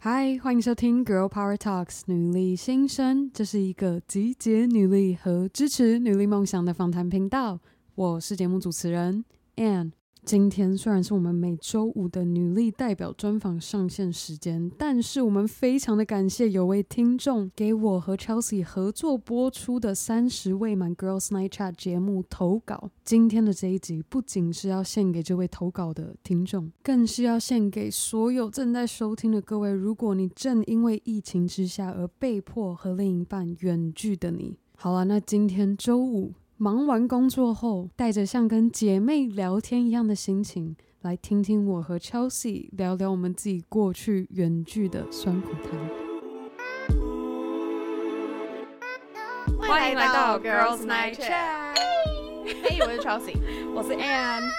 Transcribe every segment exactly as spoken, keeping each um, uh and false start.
嗨，欢迎收听 Girl Power Talks 女力新生，这是一个集结女力和支持女力梦想的访谈频道。我是节目主持人 Anne。今天虽然是我们每周五的女力代表专访上线时间，但是我们非常的感谢有位听众给我和 Chelsea 合作播出的三十未满 Girls Night Chat 节目投稿。今天的这一集不仅是要献给这位投稿的听众，更是要献给所有正在收听的各位，如果你正因为疫情之下而被迫和另一半远距的你。好了，那今天周五忙完工作后，带着像跟姐妹聊天一样的心情，来听听我和 Chelsea 聊聊我们自己过去远距的酸苦汤。 欢迎来到 Girls Night Chat。嘿，我是 Chelsea， 我是 Anne。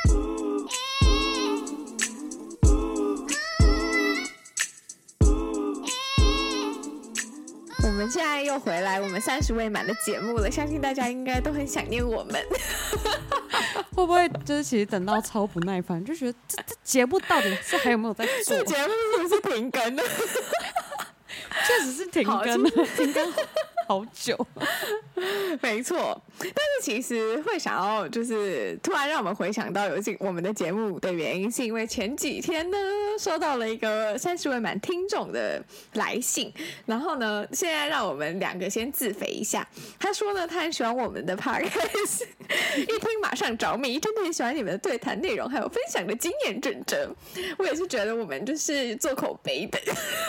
我们现在又回来我们三十未满的节目了，相信大家应该都很想念我们。 会不会就是其实等到超不耐烦，就觉得这这节目到底是还有没有在做？ 这节目是不是停更了？ 确实是停更了，停更好久。 没错，但是其实会想要就是突然让我们回想到有进我们的节目的原因，是因为前几天呢收到了一个三十位满听众的来信，然后呢现在让我们两个先自肥一下。他说呢他很喜欢我们的 podcast， 一听马上着迷，真的很喜欢你们的对谈内容还有分享的经验准则。我也是觉得我们就是做口碑的。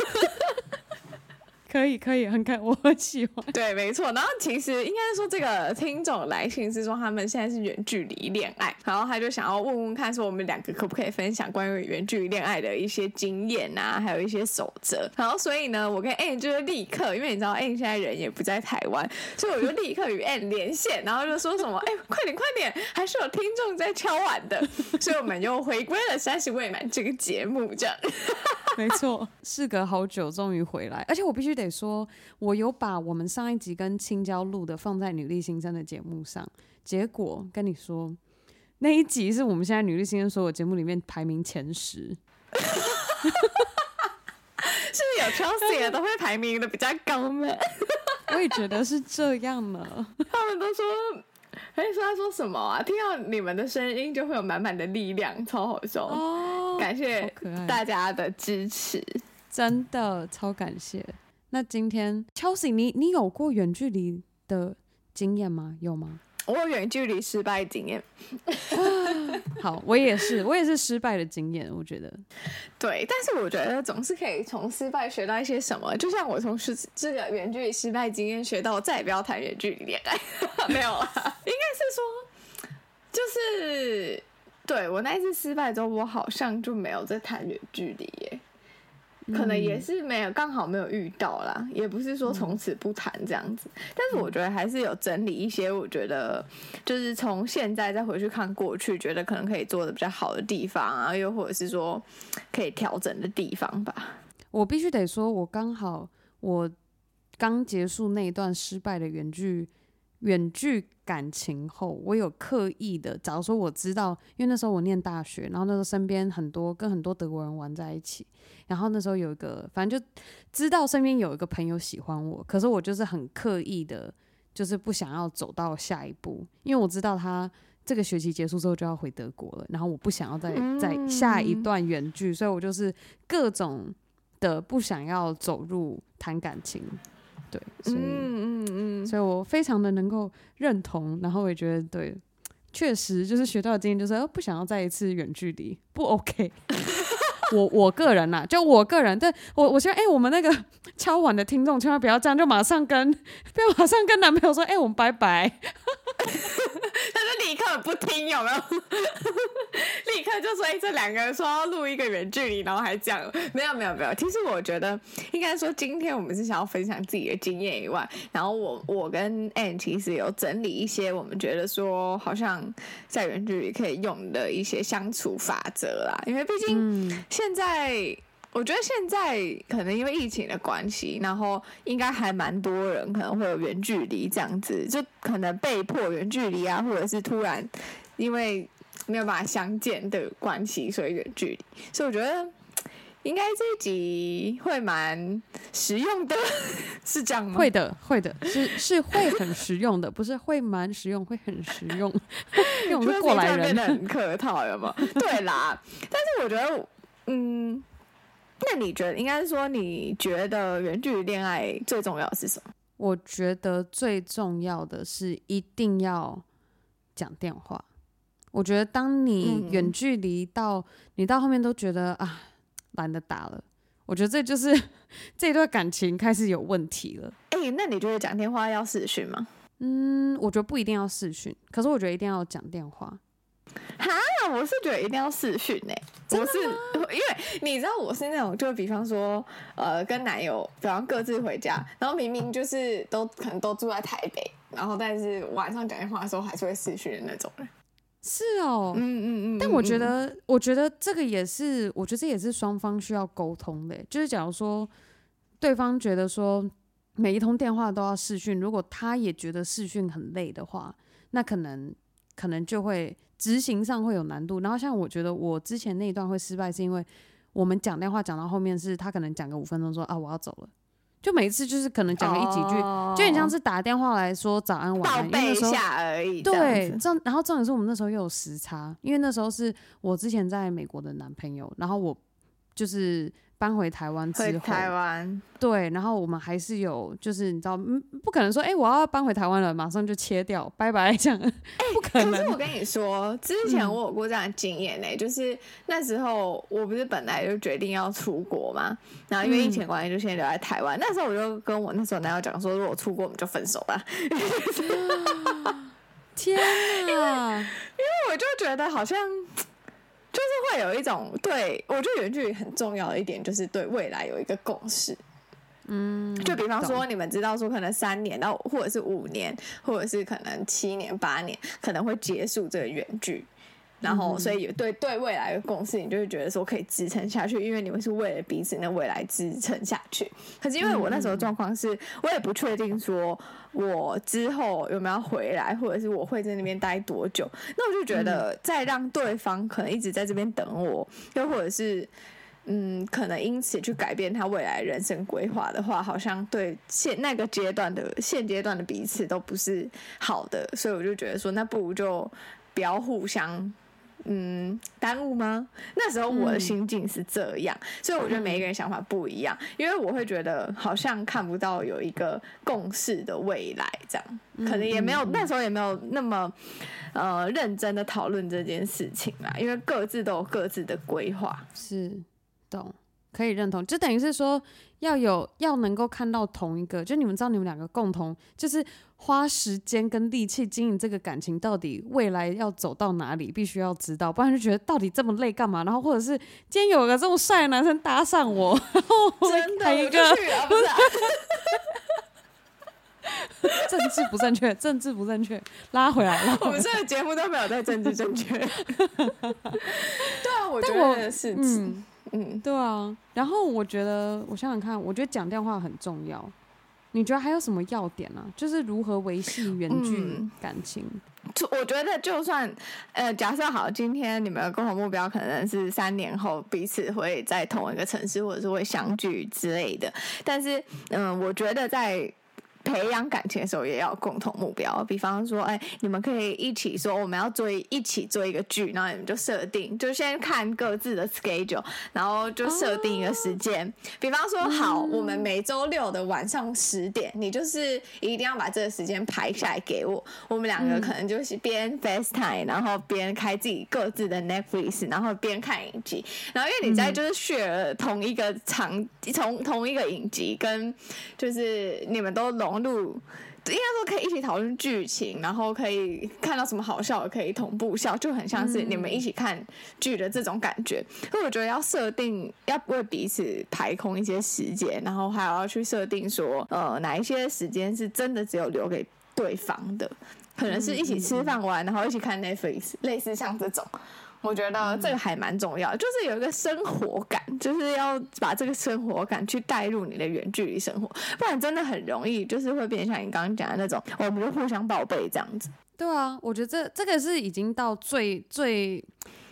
可以可以，很开，我很喜欢。 对，没错。然后其实应该说，这个听众来信是说他们现在是远距离恋爱，然后他就想要问问看，说我们两个可不可以分享关于远距离恋爱的一些经验啊，还有一些守则。然后所以呢，我跟 Anne 就是立刻，因为你知道 Anne 现在人也不在台湾，所以我就立刻与 Anne 连线，然后就说什么，哎，快点快点，还是有听众在敲碗的，所以我们又回归了三十未满这个节目，这样。 没错，事隔好久终于回来，而且我必须得说，我有把我们上一集跟青椒录的放在女力新生的节目上，结果跟你说那一集是我们现在女力新生所有节目里面排名前十。 是不是有 Chelsea 的都会排名的比较高吗？ 我也觉得是这样呢。 他们都说，哎，说他说什么啊？听到你们的声音就会有满满的力量，超好笑。哦，感谢大家的支持， 真的超感谢。那今天 Chelsea， 你你有过远距离的经验吗？有吗？ 我有远距离失败经验。 好，我也是，我也是失败的经验，我觉得。 对，但是我觉得总是可以从失败学到一些什么。就像我从这个远距离失败经验学到，我再也不要谈远距离恋爱。没有啦，应该是说，就是对我那一次失败之后，我好像就没有再谈远距离耶。可能也是没有刚好没有遇到啦，也不是说从此不谈这样子，但是我觉得还是有整理一些，我觉得就是从现在再回去看过去，觉得可能可以做的比较好的地方啊，又或者是说可以调整的地方吧。 我必须得说，我刚好我刚结束那一段失败的远距远距感情后，我有刻意的，假如说我知道，因为那时候我念大学，然后那时候身边很多跟很多德国人玩在一起，然后那时候有一个，反正就知道身边有一个朋友喜欢我，可是我就是很刻意的，就是不想要走到下一步，因为我知道他这个学期结束之后就要回德国了，然后我不想要再再下一段远距，所以我就是各种的不想要走入谈感情。对，所以嗯嗯嗯，所以我非常的能够认同，然后我也觉得对，确实就是学到的经验就是，呃，不想要再一次远距离，不 OK 我我个人啦，就我个人，对我我希望，哎、欸，我们那个敲碗的听众千万不要这样，就马上跟，不要马上跟男朋友说，哎、欸，我们拜拜。 他就立刻不听，有没有？立刻就说：“哎、欸，这两个人说要录一个远距离，然后还讲没有没有没有。”其实我觉得应该说，今天我们是想要分享自己的经验以外，然后我我跟 Anne 其实有整理一些我们觉得说好像在远距离可以用的一些相处法则啦，因为毕竟现在。嗯我觉得现在可能因为疫情的关系，然后应该还蛮多人可能会有远距离这样子，就可能被迫远距离啊，或者是突然因为没有办法相见的关系，所以远距离。所以我觉得应该这一集会蛮实用的，是这样吗？ 会的，会的，是是会很实用的，不是会蛮实用，会很实用。因为我们是过来人， 变得很客套，有没有？对啦，但是我觉得，嗯，那你觉得应该是说，你觉得远距离恋爱最重要的是什么？ 我觉得最重要的是一定要讲电话。我觉得当你远距离到、嗯、你到后面都觉得啊懒得打了，我觉得这就是这段感情开始有问题了。 哎、欸，那你觉得讲电话要视讯吗？ 嗯，我觉得不一定要视讯，可是我觉得一定要讲电话。 哈，我是觉得一定要视讯诶，我是因为你知道我是那种，就比方说，呃，跟男友，比方各自回家，然后明明就是都可能都住在台北，然后但是晚上讲电话的时候还是会视讯的那种人。 是哦， 嗯嗯嗯， 但我觉得，我觉得这个也是，我觉得这也是双方需要沟通的。就是假如说对方觉得说每一通电话都要视讯，如果他也觉得视讯很累的话，那可能可能就会执行上会有难度。然后像我觉得我之前那一段会失败，是因为我们讲电话讲到后面是他可能讲个五分钟说啊我要走了。就每一次就是可能讲个一几句， oh, 就很像是打电话来说早安晚安， 报备一下而已。 对，这然后重点是我们那时候又有时差，因为那时候是我之前在美国的男朋友，然后我就是搬回台湾之后， 回台湾对，然后我们还是有就是你知道，不可能说哎、欸、我要搬回台湾了，马上就切掉，拜拜这样，欸、不可能。 可是我跟你说，之前我有过这样的经验呢、欸嗯，就是那时候我不是本来就决定要出国嘛，然后因为疫情关系就先留在台湾、嗯。那时候我就跟我那时候男友讲说，如果出国我们就分手吧。 天啊！ 因为因为我就觉得好像。就是会有一种对我觉得远距离很重要的一点，就是对未来有一个共识。嗯，就比方说你们知道说可能三年到或者是五年，或者是可能七年八年可能会结束这个远距，然后所以对对未来的共识，你就会觉得说可以支撑下去，因为你们是为了彼此的未来支撑下去。可是因为我那时候状况是，我也不确定说我之后有没有回来，或者是我会在那边待多久，那我就觉得再让对方可能一直在这边等我，又或者是嗯，可能因此去改变他未来人生规划的话，好像对现那个阶段的现阶段的彼此都不是好的，所以我就觉得说，那不如就不要互相。嗯，耽误吗？那时候我的心境是这样、嗯，所以我觉得每一个人想法不一样，因为我会觉得好像看不到有一个共识的未来，这样、嗯、可能也没有、嗯、那时候也没有那么呃认真的讨论这件事情啦，因为各自都有各自的规划。 是，懂，可以认同，就等于是说要有要能够看到同一个，就你们知道你们两个共同就是花时间跟力气经营这个感情，到底未来要走到哪里，必须要知道，不然就觉得到底这么累干嘛？然后或者是今天有个这么帅的男生搭上我，然后我真的开一个， 去啊，不是、啊。 政治不正确，政治不正确，拉回来了。 我们这个节目都没有在政治正确。对啊，我觉得是，嗯嗯，对啊。然后我觉得，我想想看，我觉得讲电话很重要。你觉得还有什么要点呢、啊？就是如何维系远距感情？嗯、 我觉得就算呃，假设好，今天你们的共同目标可能是三年后彼此会在同一个城市，或者是会相聚之类的，但是嗯、呃，我觉得在培养感情的时候也要有共同目标，比方说哎，你们可以一起说我们要做一起做一个剧，然后你们就设定就先看各自的 schedule， 然后就设定一个时间、哦、比方说好、嗯、我们每周六的晚上十点你就是一定要把这个时间排下来给我，我们两个可能就是边 FaceTime 然后边开自己各自的 Netflix， 然后边看影集，然后因为你在就是 share 同一个场同同一个影集，跟就是你们都融入，应该说可以一起讨论剧情，然后可以看到什么好笑的可以同步笑，就很像是你们一起看剧的这种感觉。所以我觉得要设定，要为彼此排空一些时间，然后还要去设定说，呃，哪一些时间是真的只有留给对方的，可能是一起吃饭玩，然后一起看 Netflix， 类似像这种。我觉得这个还蛮重要的，就是有一个生活感，就是要把这个生活感去带入你的远距离生活，不然真的很容易就是会变成像你刚刚讲的那种，我们就互相报备这样子。 对啊，我觉得这这个是已经到最最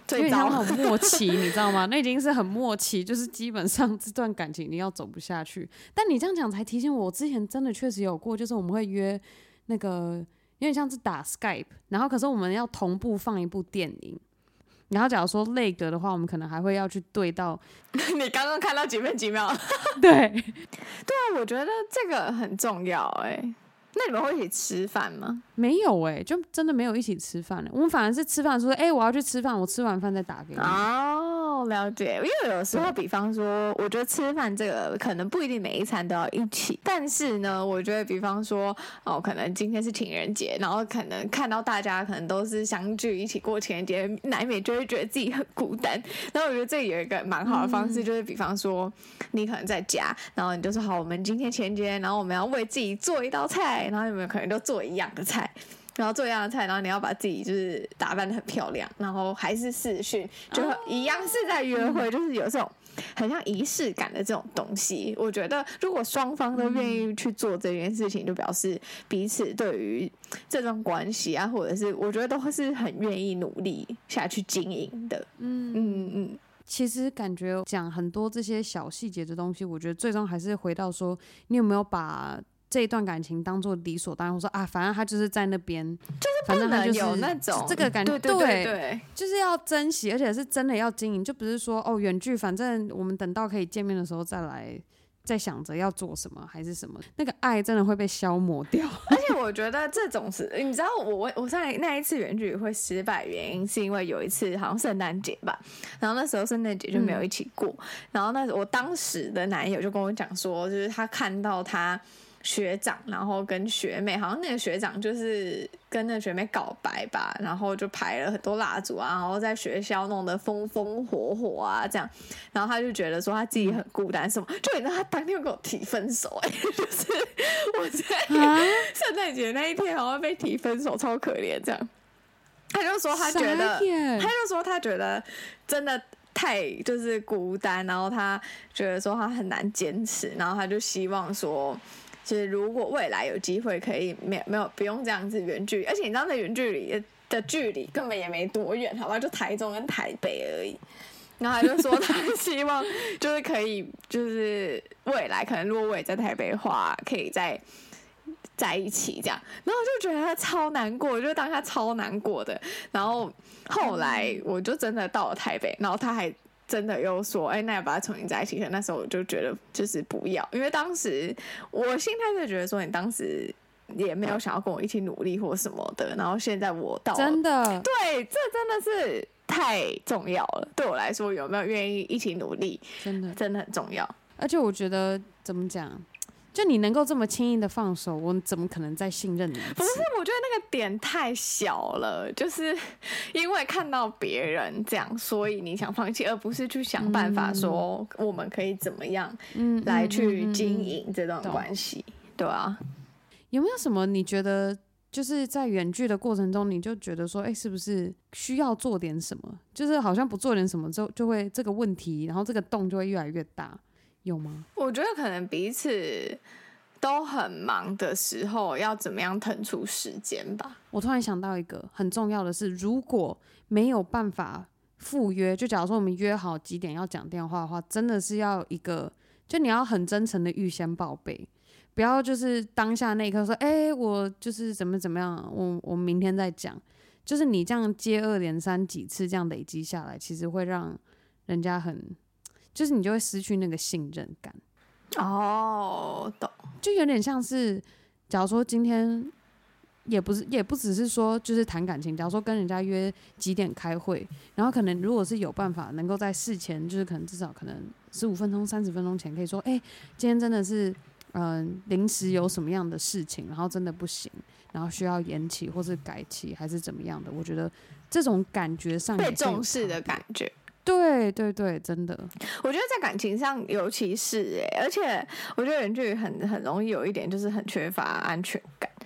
最糟有点像那种默契，你知道吗？那已经是很默契，就是基本上这段感情你要走不下去。但你这样讲才提醒我，我之前真的确实有过，就是我们会约那个有点像是打 Skype， 然后可是我们要同步放一部电影。然后假如说累格的话，我们可能还会要去对到你刚刚看到几分几秒。 对对啊，我觉得这个很重要哎、欸。那你们会一起吃饭吗？ 没有哎、欸，就真的没有一起吃饭、欸。我们反而是吃饭说，哎、欸，我要去吃饭，我吃完饭再打给你。 哦，了解。因为有时候，比方说，我觉得吃饭这个可能不一定每一餐都要一起，但是呢，我觉得比方说，哦，可能今天是情人节，然后可能看到大家可能都是相聚一起过情人节，难免就会觉得自己很孤单。然后我觉得这有一个蛮好的方式，嗯、就是比方说，你可能在家，然后你就说好，我们今天情人节，然后我们要为自己做一道菜。然后你们可能都做一样的菜，然后做一样的菜，然后你要把自己就是打扮得很漂亮，然后还是视讯，就一样是在约会，就是有这种很像仪式感的这种东西。我觉得如果双方都愿意去做这件事情，就表示彼此对于这段关系啊，或者是我觉得都是很愿意努力下去经营的。嗯嗯嗯。 其实感觉讲很多这些小细节的东西，我觉得最终还是回到说，你有没有把这一段感情当做理所当然，我说啊，反正他就是在那边， 就是不能有那种这个感觉， 对对对对， 就是要珍惜，而且是真的要经营，就不是说哦远距，反正我们等到可以见面的时候再来，再想着要做什么还是什么，那个爱真的会被消磨掉。 而且我觉得这种是，你知道我我上那一次远距离会失败的原因，是因为有一次好像圣诞节吧，然后那时候圣诞节就没有一起过，嗯、然后那我当时的男友就跟我讲说，就是他看到他学长，然后跟学妹，好像那个学长就是跟那个学妹告白吧，然后就排了很多蜡烛啊，然后在学校弄得风风火火啊，这样，然后他就觉得说他自己很孤单什么，就你知道他当天跟我提分手、欸，哎，就是我在圣诞节那一天好像被提分手，超可怜这样。他就说他觉得，他就说他觉得真的太就是孤单，然后他觉得说他很难坚持，然后他就希望说。就是如果未来有机会可以没有没有不用这样子远距离，而且你知道那远距离的距离根本也没多远，好吧，就台中跟台北而已。然后他就说他希望就是可以就是未来可能如果我也在台北的话，可以再在一起这样。然后我就觉得他超难过，我就当他超难过的。然后后来我就真的到了台北，然后他还。真的又说，哎、欸，那要把它重新在一起。可那时候我就觉得就是不要，因为当时我心态就觉得说，你当时也没有想要跟我一起努力或什么的。然后现在我到了真的对，这真的是太重要了。对我来说，有没有愿意一起努力， 真的真的很重要。 而且我觉得怎么讲？就你能够这么轻易的放手，我怎么可能再信任你一次？ 不是，我觉得那个点太小了，就是因为看到别人这样，所以你想放弃，而不是去想办法说我们可以怎么样来去经营这段关系，嗯嗯嗯嗯、对啊。 有没有什么你觉得就是在远距的过程中，你就觉得说，哎、欸，是不是需要做点什么？就是好像不做点什么之后，就会这个问题，然后这个洞就会越来越大。有吗？ 我觉得可能彼此都很忙的时候，要怎么样腾出时间吧。 我突然想到一个很重要的是，如果没有办法赴约，就假如说我们约好几点要讲电话的话，真的是要一个，就你要很真诚的预先报备，不要就是当下那一刻说，哎、欸，我就是怎么怎么样，我我明天再讲。就是你这样接二连三几次这样累积下来，其实会让人家很。就是你就会失去那个信任感哦，懂， 就有点像是，假如说今天也不是也不只是说就是谈感情，假如说跟人家约几点开会，然后可能如果是有办法能够在事前，就是可能至少可能十五分钟、三十分钟前可以说，哎、欸，今天真的是嗯临时有什么样的事情，然后真的不行，然后需要延期或是改期还是怎么样的，我觉得这种感觉上被重视的感觉。 对对对，真的， 我觉得在感情上，尤其是哎、欸，而且我觉得远距离很很容易有一点就是很缺乏安全感，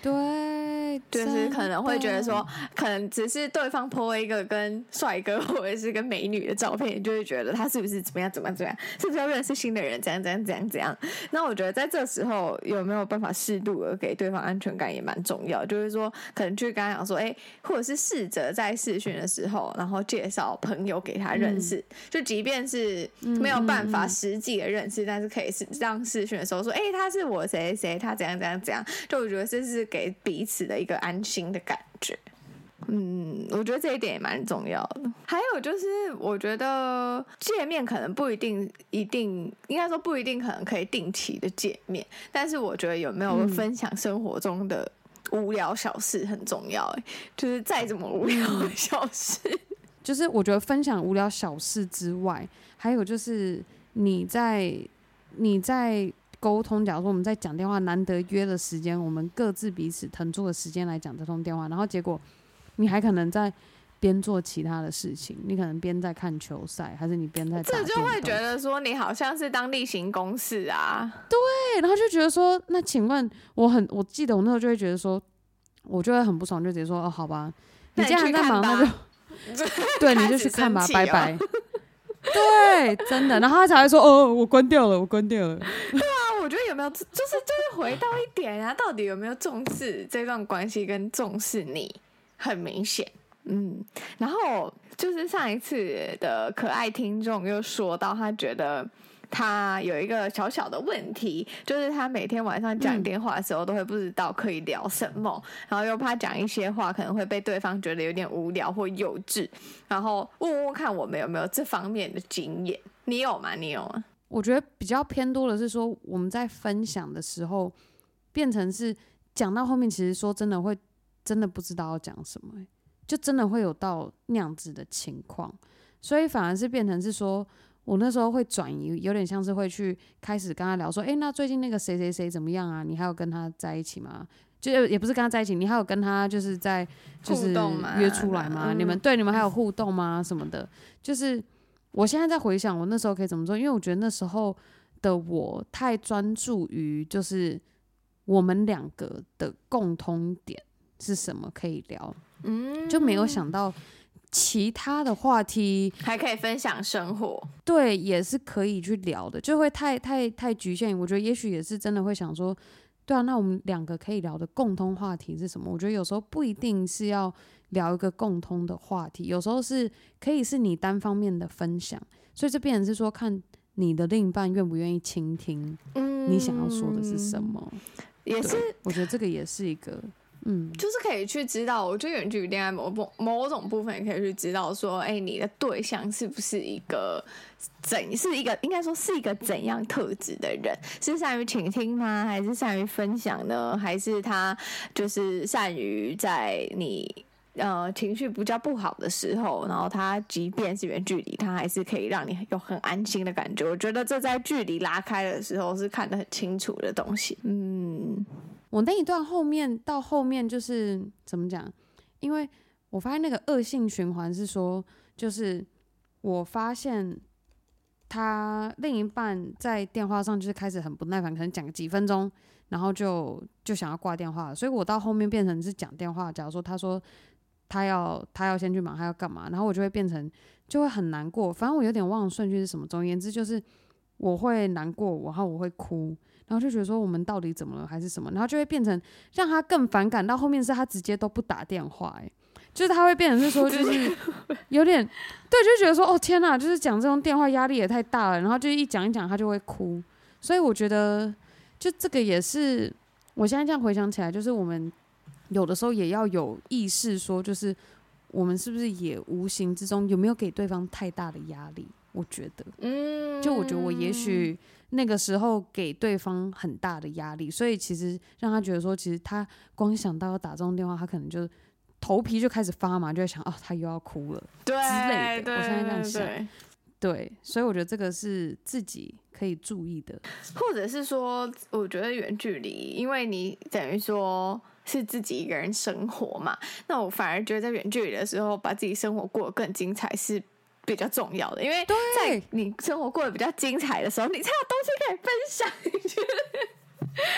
对， 就是可能会觉得说，可能只是对方 po 一个跟帅哥或者是跟美女的照片，你就会觉得他是不是怎么样怎么样怎么样，是不是要认识新的人，怎样怎样怎样怎样。那我觉得在这时候有没有办法适度的给对方安全感也蛮重要，就是说可能去跟他讲说，哎、欸，或者是试着在视讯的时候，然后介绍朋友给他认识，嗯、就即便是没有办法实际的认识，嗯嗯嗯但是可以是让视讯的时候说，哎、欸，他是我谁谁谁，他怎样怎样怎样，就我觉得这是给彼此的一个安心的感觉。嗯，我觉得这一点也蛮重要的。还有就是，我觉得见面可能不一定一定，应该说不一定可能可以定期的见面，但是我觉得有没有分享生活中的无聊小事很重要。哎，就是再怎么无聊的小事， 就是我觉得分享无聊小事之外，还有就是你在你在沟通，假如说我们在讲电话，难得约的时间，我们各自彼此腾出的时间来讲这通电话，然后结果你还可能在边做其他的事情，你可能边在看球赛，还是你边在打电动， 这就会觉得说你好像是当例行公事啊。 对，然后就觉得说，那请问我很，我记得我那时候就会觉得说，我就会很不爽，就直接说哦，好吧，你既然在忙，那就对，你就去看吧，拜拜。对，真的，然后他才会说哦，我关掉了，我关掉了。 对啊，我觉得有没有就是就是回到一点啊，到底有没有重视这段关系跟重视你，很明显。嗯，然后就是上一次的可爱听众又说到，他觉得他有一个小小的问题，就是他每天晚上讲电话的时候都会不知道可以聊什么，嗯、然后又怕讲一些话可能会被对方觉得有点无聊或幼稚，然后问问看我们有没有这方面的经验。你有吗？你有吗？ 我觉得比较偏多的是说，我们在分享的时候变成是讲到后面，其实说真的会真的不知道要讲什么、欸，就真的会有到那样子的情况，所以反而是变成是说，我那时候会转移，有点像是会去开始跟他聊说，哎、欸，那最近那个谁谁谁怎么样啊？你还有跟他在一起吗？就也不是跟他在一起，你还有跟他就是在就是约出来吗？你们对你们还有互动吗？什么的？就是我现在在回想我那时候可以怎么做，因为我觉得那时候的我太专注于就是我们两个的共通点是什么可以聊。嗯，就没有想到其他的话题还可以分享生活， 对，也是可以去聊的，就会太太太局限。我觉得也许也是真的会想说，对啊，那我们两个可以聊的共通话题是什么？我觉得有时候不一定是要聊一个共通的话题，有时候是可以是你单方面的分享，所以这变成是说看你的另一半愿不愿意倾听你想要说的是什么。嗯、 也是， 我觉得这个也是一个。嗯， 就是可以去知道，我觉得远距离恋爱某某种部分也可以去知道说，哎、欸，你的对象是不是一个怎是一个应该说是一个怎样特质的人？是善于倾听吗？还是善于分享呢？还是他就是善于在你呃情绪比较不好的时候，然后他即便是远距离，他还是可以让你有很安心的感觉。我觉得这在距离拉开的时候是看得很清楚的东西。嗯。 我那一段后面到后面就是怎么讲？因为我发现那个恶性循环是说，就是我发现他另一半在电话上就是开始很不耐烦，可能讲个几分钟，然后就就想要挂电话了。所以我到后面变成是讲电话。假如说他说他要他要先去忙，他要干嘛，然后我就会变成就会很难过。反正我有点忘了顺序是什么。总而言之，就是我会难过，然后我会哭。然后就觉得说我们到底怎么了还是什么，然后就会变成让他更反感。到后面是他直接都不打电话、欸，就是他会变成是说就是有点对，就觉得说哦天哪，就是讲这种电话压力也太大了。然后就一讲一讲他就会哭，所以我觉得就这个也是我现在这样回想起来，就是我们有的时候也要有意识说，就是我们是不是也无形之中有没有给对方太大的压力？我觉得，嗯，就我觉得我也许那个时候给对方很大的压力，所以其实让他觉得说，其实他光想到要打这种电话，他可能就头皮就开始发麻，就会想哦，他又要哭了之类的。我现在这样想，对，对，所以我觉得这个是自己可以注意的， 或者是说，我觉得远距离，因为你等于说是自己一个人生活嘛，那我反而觉得在远距离的时候，把自己生活过得更精彩是比较重要的，因为在你生活过得比较精彩的时候，你才有东西可以分享。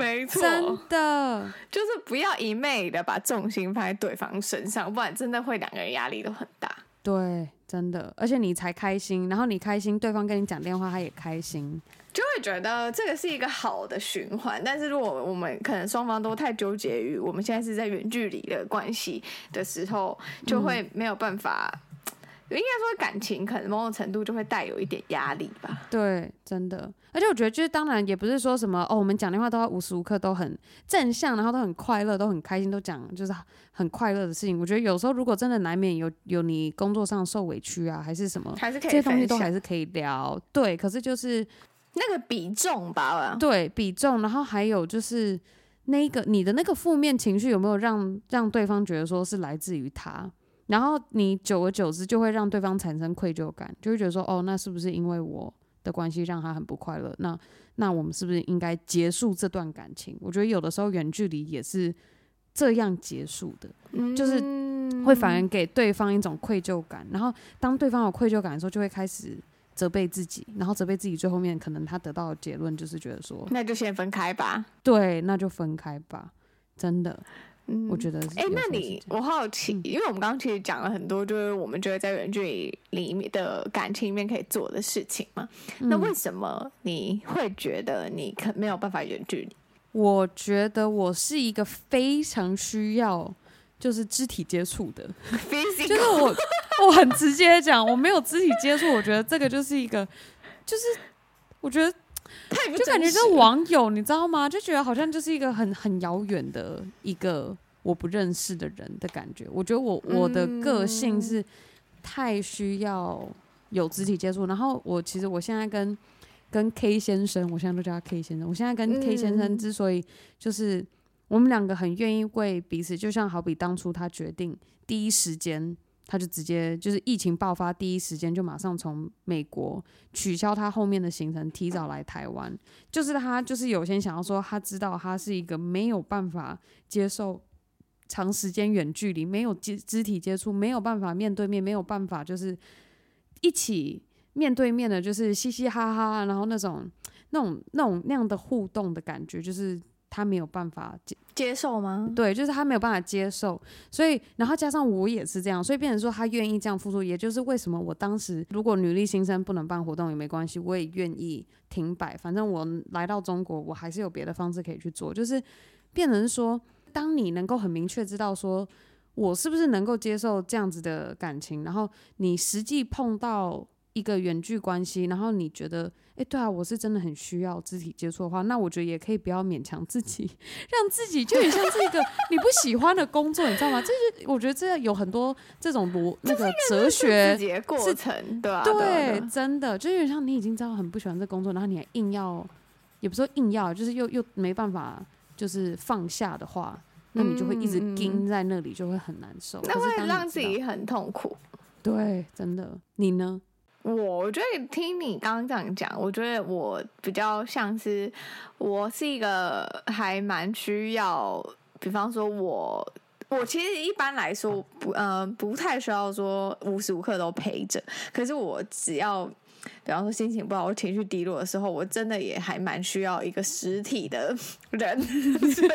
没错， 真的就是不要一昧的把重心放在对方身上，不然真的会两个人压力都很大。 对，真的，而且你才开心，然后你开心，对方跟你讲电话，他也开心， 就会觉得这个是一个好的循环。但是如果我们可能双方都太纠结于我们现在是在远距离的关系的时候，就会没有办法。嗯、应该说感情可能某种程度就会带有一点压力吧。 对，真的。而且我觉得，就是当然也不是说什么哦，我们讲电话都要无时无刻都很正向，然后都很快乐，都很开心，都讲就是很快乐的事情。我觉得有时候如果真的难免有有你工作上受委屈啊，还是什么， 还是可以这些东西都还是可以聊。对，可是就是那个比重吧， 对比重，然后还有就是那个你的那个负面情绪有没有让让对方觉得说是来自于他，然后你久而久之就会让对方产生愧疚感，就会觉得说哦，那是不是因为我的关系让他很不快乐？那那我们是不是应该结束这段感情？我觉得有的时候远距离也是这样结束的，嗯、就是会反而给对方一种愧疚感，然后当对方有愧疚感的时候，就会开始责备自己，然后责备自己，最后面可能他得到的结论就是觉得说， 那就先分开吧。 对，那就分开吧，真的。 嗯， 我觉得哎、欸，那你我好奇、嗯，因为我们刚刚其实讲了很多，就是我们觉得在远距离里面的感情里面可以做的事情嘛。嗯、那为什么你会觉得你可没有办法远距离？ 我觉得我是一个非常需要就是肢体接触的，就是我我很直接讲，我没有肢体接触，我觉得这个就是一个，就是我觉得。就感觉就是网友，你知道吗？就觉得好像就是一个很很遥远的一个我不认识的人的感觉。我觉得我我的个性是太需要有肢体接触，然后我其实我现在跟跟 K 先生，我现在都叫他 K 先生。我现在跟 K 先生之所以就是我们两个很愿意为彼此，就像好比当初他决定第一时间。他就直接就是疫情爆发第一时间就马上从美国取消他后面的行程，提早来台湾。就是他就是有些想要说，他知道他是一个没有办法接受长时间远距离，没有肢体接触，没有办法面对面，没有办法就是一起面对面的，就是嘻嘻哈哈，然后那种那种那种那样的互动的感觉，就是他没有办法接接受吗？ 对，就是他没有办法接受，所以然后加上我也是这样，所以变成说他愿意这样付出，也就是为什么我当时如果女力新生不能办活动也没关系，我也愿意停摆，反正我来到中国，我还是有别的方式可以去做，就是变成说，当你能够很明确知道说我是不是能够接受这样子的感情，然后你实际碰到一个远距关系，然后你觉得哎、欸，对啊，我是真的很需要肢体接触的话，那我觉得也可以不要勉强自己，让自己就很像是一个你不喜欢的工作，你知道吗？这是我觉得这有很多这种逻那个哲学自己的过程，对吧、啊？ 对， 對對真的就有点像你已经知道很不喜欢这工作，然后你还硬要，也不是说硬要，就是又又没办法，就是放下的话，那你就会一直盯在那里，就会很难受。 那会让自己很痛苦。 对，真的。你呢？ 我觉得听你刚刚这样讲，我觉得我比较像是我是一个还蛮需要，比方说我我其实一般来说不呃不太需要说无时无刻都陪着，可是我只要比方说心情不好或情绪低落的时候，我真的也还蛮需要一个实体的人，就是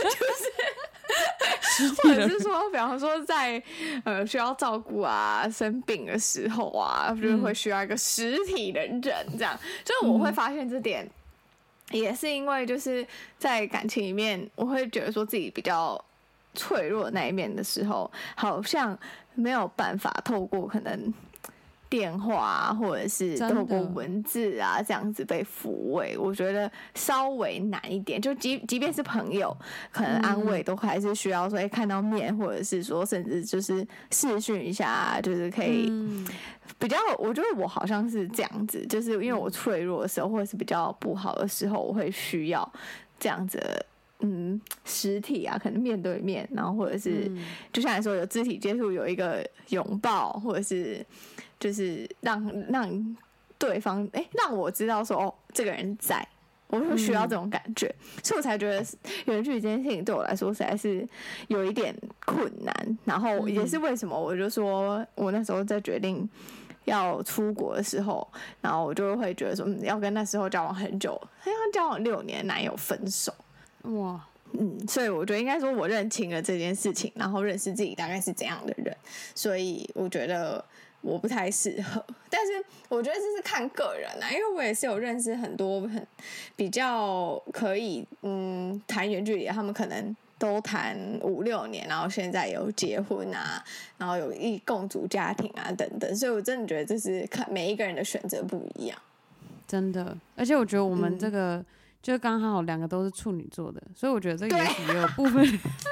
或者是说，比方说在呃需要照顾啊、生病的时候啊，就是会需要一个实体的人，这样。就是我会发现这点，也是因为就是在感情里面，我会觉得说自己比较脆弱的那一面的时候，好像没有办法透过可能电话啊，或者是透过文字啊这样子被抚慰，我觉得稍微难一点。就即即便是朋友，可能安慰都还是需要说，哎、欸，看到面，或者是说，甚至就是视讯一下，就是可以比较。我觉得我好像是这样子，就是因为我脆弱的时候，或者是比较不好的时候，我会需要这样子的。嗯，实体啊，可能面对面，然后或者是、嗯、就像你说有肢体接触，有一个拥抱，或者是就是让让对方哎、欸、让我知道说哦，这个人在，我会需要这种感觉，嗯、所以我才觉得远距离这件事情对我来说实在是有一点困难。然后也是为什么我就说我那时候在决定要出国的时候，然后我就会觉得说，嗯，要跟那时候交往很久，好像交往六年男友分手。 哇， 嗯，所以我觉得应该说我认清了这件事情，然后认识自己大概是怎样的人，所以我觉得我不太适合。但是我觉得这是看个人啊，因为我也是有认识很多很比较可以嗯谈远距离的，他们可能都谈五六年，然后现在有结婚啊，然后有一共组家庭啊等等，所以我真的觉得这是看每一个人的选择不一样， 真的。而且我觉得我们这个、嗯、就刚好两个都是处女座的，所以我觉得这个也许也有部分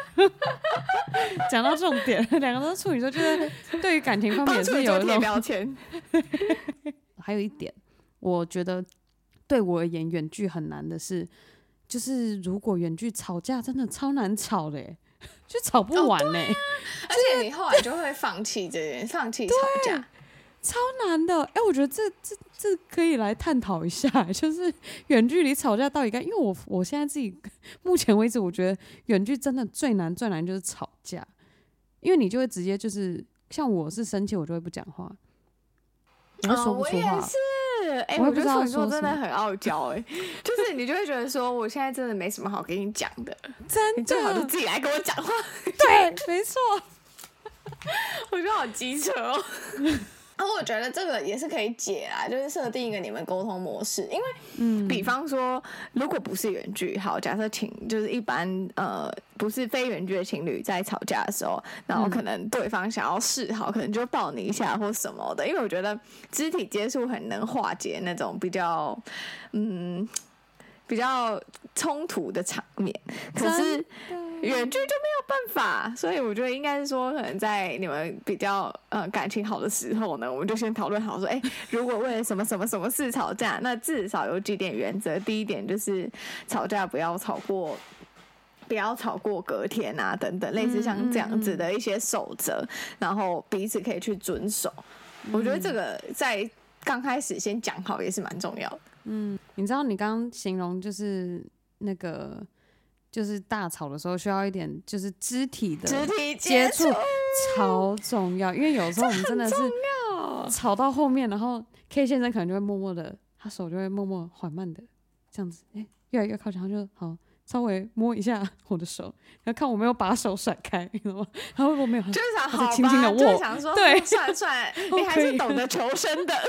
讲到重点，两个都是处女座，就是对于感情方面也是有一种标签。 还有一点，我觉得对我而言远距很难的是。就是如果远距吵架真的超难吵的耶，就吵不完呢、哦啊。 而且你后来就会放弃这件，放弃吵架， 超难的。哎、欸，我觉得这这这可以来探讨一下，就是远距离吵架到底该……因为我我现在自己目前为止，我觉得远距真的最难最难就是吵架，因为你就会直接就是像我是生气，我就会不讲话，我会说不出话。 哦哎、欸，我觉得处女座真的很傲娇哎、欸，就是你就会觉得说，我现在真的没什么好跟你讲的， 真的， 你最好就自己来跟我讲话。 对，没错， 我觉得好机车哦。然后我觉得这个也是可以解啦，就是设定一个你们沟通模式，因为，嗯，比方说，如果不是远距，好，假设情就是一般呃不是非远距的情侣在吵架的时候，然后可能对方想要示好，可能就抱你一下或什么的，因为我觉得肢体接触很能化解那种比较嗯比较冲突的场面，可是。远距就没有办法，所以我觉得应该是说，可能在你们比较呃感情好的时候呢，我们就先讨论好说，哎、欸，如果为了什么什么什么事吵架，那至少有几点原则。第一点就是吵架不要吵过，不要吵过隔天啊，等等，类似像这样子的一些守则，然后彼此可以去遵守。我觉得这个在刚开始先讲好也是蛮重要的。 嗯，你知道你刚刚形容就是那个。就是大吵的时候需要一点就是肢体的肢体接触超重要，因为有时候我们真的是吵到后面，然后 K 先生可能就会默默的，他手就会默默缓慢的这样子，哎、欸，越来越靠近，他就好稍微摸一下我的手，然后看我没有把手甩开，你知道吗？然后我没有， 就是想好吧， 轻轻的握， 就是想说， 对， 算算，你还是懂得求生的。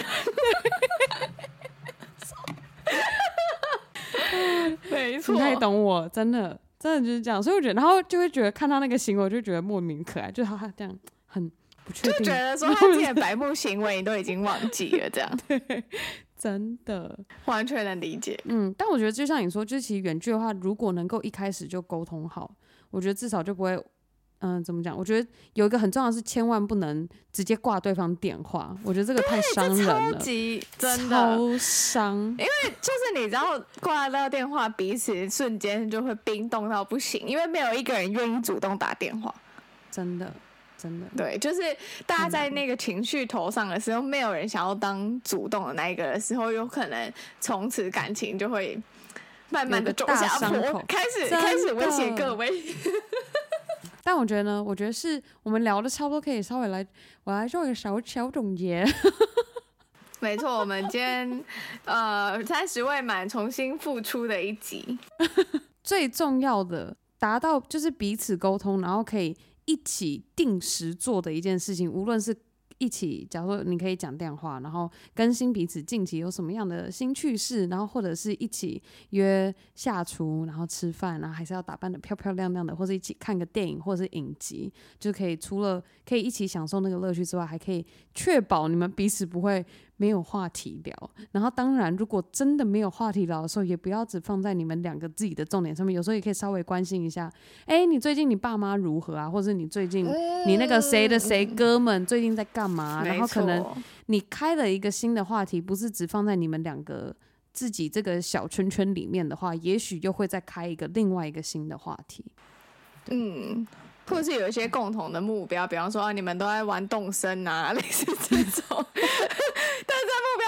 没错， 你太懂我，真的，真的就是这样，所以我觉得，然后就会觉得看到那个行为，我就觉得莫名可爱，就是他这样很不确定， 就觉得说他自己的白目行为你都已经忘记了，这样， 对，真的完全能理解。 嗯，但我觉得就像你说，就是其实远距的话，如果能够一开始就沟通好，我觉得至少就不会。嗯、呃，怎么讲？我觉得有一个很重要的是，千万不能直接挂对方电话。我觉得这个太伤人了， 超级真的超伤。 因为就是你知道挂到电话，彼此瞬间就会冰冻到不行，因为没有一个人愿意主动打电话。 真的，真的。 对，就是大家在那个情绪头上的时候，没有人想要当主动的那一个的时候，有可能从此感情就会慢慢的走下坡，开始开始威胁各位。 但我觉得呢，我觉得是我们聊的差不多，可以稍微来，我来做一个小小总结。 没错，我们今天呃三十未满重新复出的一集， 最重要的达到就是彼此沟通，然后可以一起定时做的一件事情，无论是一起，假如说你可以讲电话，然后更新彼此近期有什么样的新趣事，然后或者是一起约下厨，然后吃饭，然后还是要打扮得漂漂亮亮的，或者一起看个电影或者是影集，就可以除了可以一起享受那个乐趣之外，还可以确保你们彼此不会没有话题聊。然后当然如果真的没有话题聊的时候，也不要只放在你们两个自己的重点上面，有时候也可以稍微关心一下，哎，你最近你爸妈如何啊，或者你最近你那个谁的谁哥们最近在干嘛，然后可能你开了一个新的话题，不是只放在你们两个自己这个小圈圈里面的话，也许又会再开一个另外一个新的话题。 嗯，或者是有一些共同的目标，比方说、啊、你们都在玩动森啊，类似这种。但是目标不一定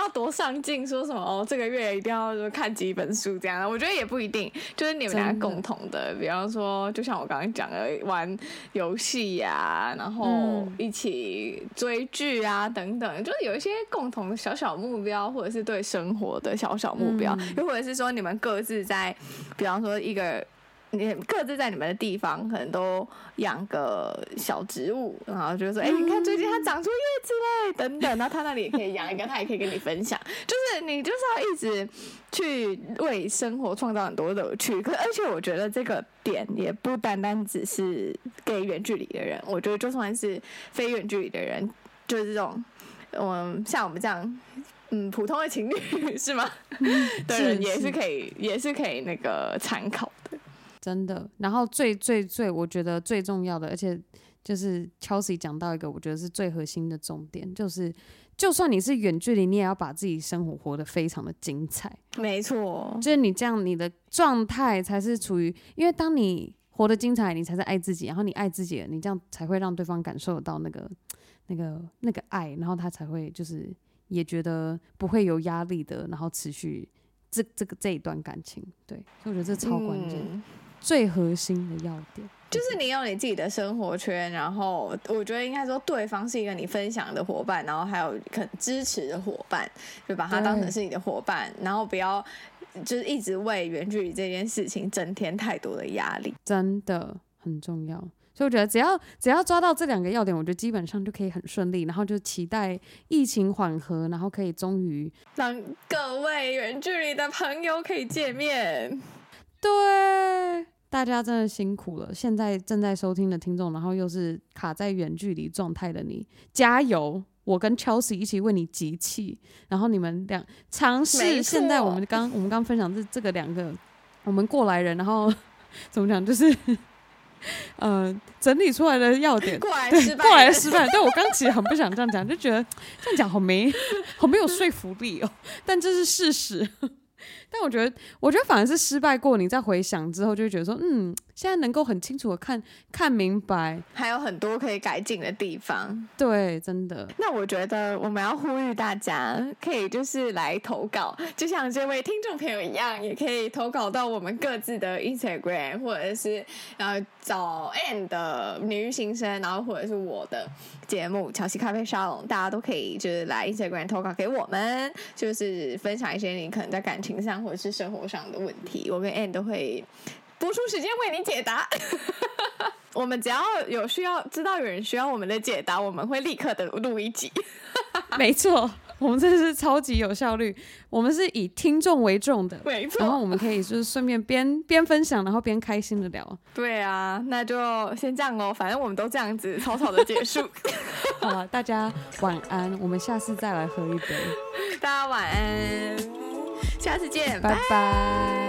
要多上进，说什么哦，这个月一定要看几本书这样。我觉得也不一定，就是你们俩共同的，比方说，就像我刚刚讲的，玩游戏呀，然后一起追剧啊等等，就是有一些共同的小小目标，或者是对生活的小小目标，嗯、又或者是说你们各自在，比方说一个。你各自在你们的地方可能都养个小植物，然后就说：“哎、欸，你看最近它长出叶子嘞，等等。”然后他那里也可以养一个，他也可以跟你分享。就是你就是要一直去为生活创造很多乐趣。可而且我觉得这个点也不单单只是给远距离的人，我觉得就算是非远距离的人，就是这种嗯像我们这样。嗯，普通的情侣是吗？的人也是可以，也是可以那个参考的。 真的，然后最最最，我觉得最重要的，而且就是 Chelsea 讲到一个我觉得是最核心的重点，就是就算你是远距离，你也要把自己生活活得非常的精彩。 没错， 就是你这样，你的状态才是处于，因为当你活得精彩，你才是爱自己，然后你爱自己了，你这样才会让对方感受到那个那个那个爱，然后他才会就是也觉得不会有压力的，然后持续这这个这一段感情。对，所以我觉得这超关键。嗯，最核心的要点就是你有你自己的生活圈，然后我觉得应该说对方是一个你分享的伙伴，然后还有可能支持的伙伴，就把他当成是你的伙伴，然后不要就是一直为远距离这件事情增添太多的压力， 真的很重要。所以我觉得只要只要抓到这两个要点，我觉得基本上就可以很顺利，然后就期待疫情缓和，然后可以终于让各位远距离的朋友可以见面。 对，大家真的辛苦了，现在正在收听的听众，然后又是卡在远距离状态的你，加油！我跟 Chelsea 一起为你集气，然后你们俩尝试。现在我们刚我们刚分享这这个两个我们过来人，然后怎么讲，就是呃整理出来的要点， 过来失败， 过来失败。但我刚其实很不想这样讲，就觉得这样讲好没好没有说服力哦，但这是事实。但我觉得，我觉得反而是失败过，你再回想之后，就会觉得说，嗯，现在能够很清楚的看看明白， 还有很多可以改进的地方。 对，真的。 那我觉得我们要呼吁大家，可以就是来投稿，就像这位听众朋友一样，也可以投稿到我们各自的 Instagram， 或者是呃找 Anne 的女育新生，然后或者是我的节目乔西咖啡沙龙，大家都可以就是来 Instagram 投稿给我们，就是分享一些你可能在感情上或者是生活上的问题，我跟 Anne 都会播出时间为你解答。我们只要有需要知道有人需要我们的解答，我们会立刻的录一集。 没错，我们真的是超级有效率，我们是以听众为重的， 没错。 然后我们可以就是顺便边边分享，然后边开心的聊。 对啊，那就先这样哦，反正我们都这样子草草的结束。 好了，大家晚安，我们下次再来喝一杯。 大家晚安，下次见， 拜拜。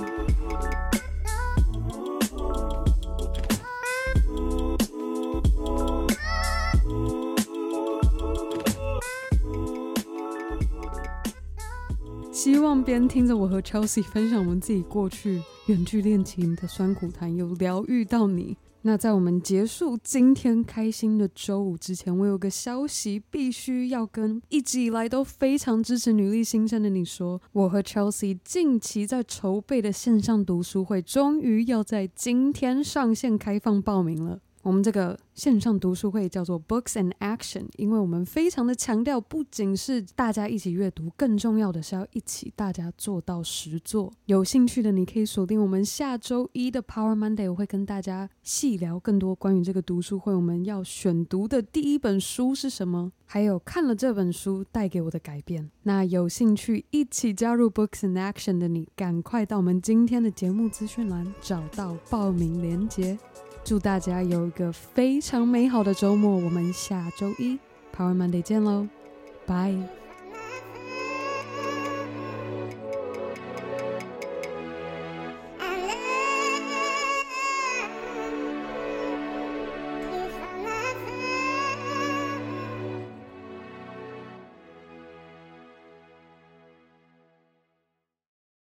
希望边听着我和 Chelsea 分享我们自己过去远距恋情的酸苦谈，有疗愈到你。那在我们结束今天开心的周五之前，我有个消息必须要跟一直以来都非常支持女力新生的你说，我和 Chelsea 近期在筹备的线上读书会终于要在今天上线开放报名了。我们这个线上读书会叫做 Books and Action， 因为我们非常的强调不仅是大家一起阅读，更重要的是要一起大家做到实作。有兴趣的你可以锁定我们下周一的 Power Monday， 我会跟大家细聊更多关于这个读书会我们要选读的第一本书是什么，还有看了这本书带给我的改变。那有兴趣一起加入 Books and Action 的你，赶快到我们今天的节目资讯栏找到报名连结。祝大家有一个非常美好的周末，我们下周一 Power Monday 见咯，拜。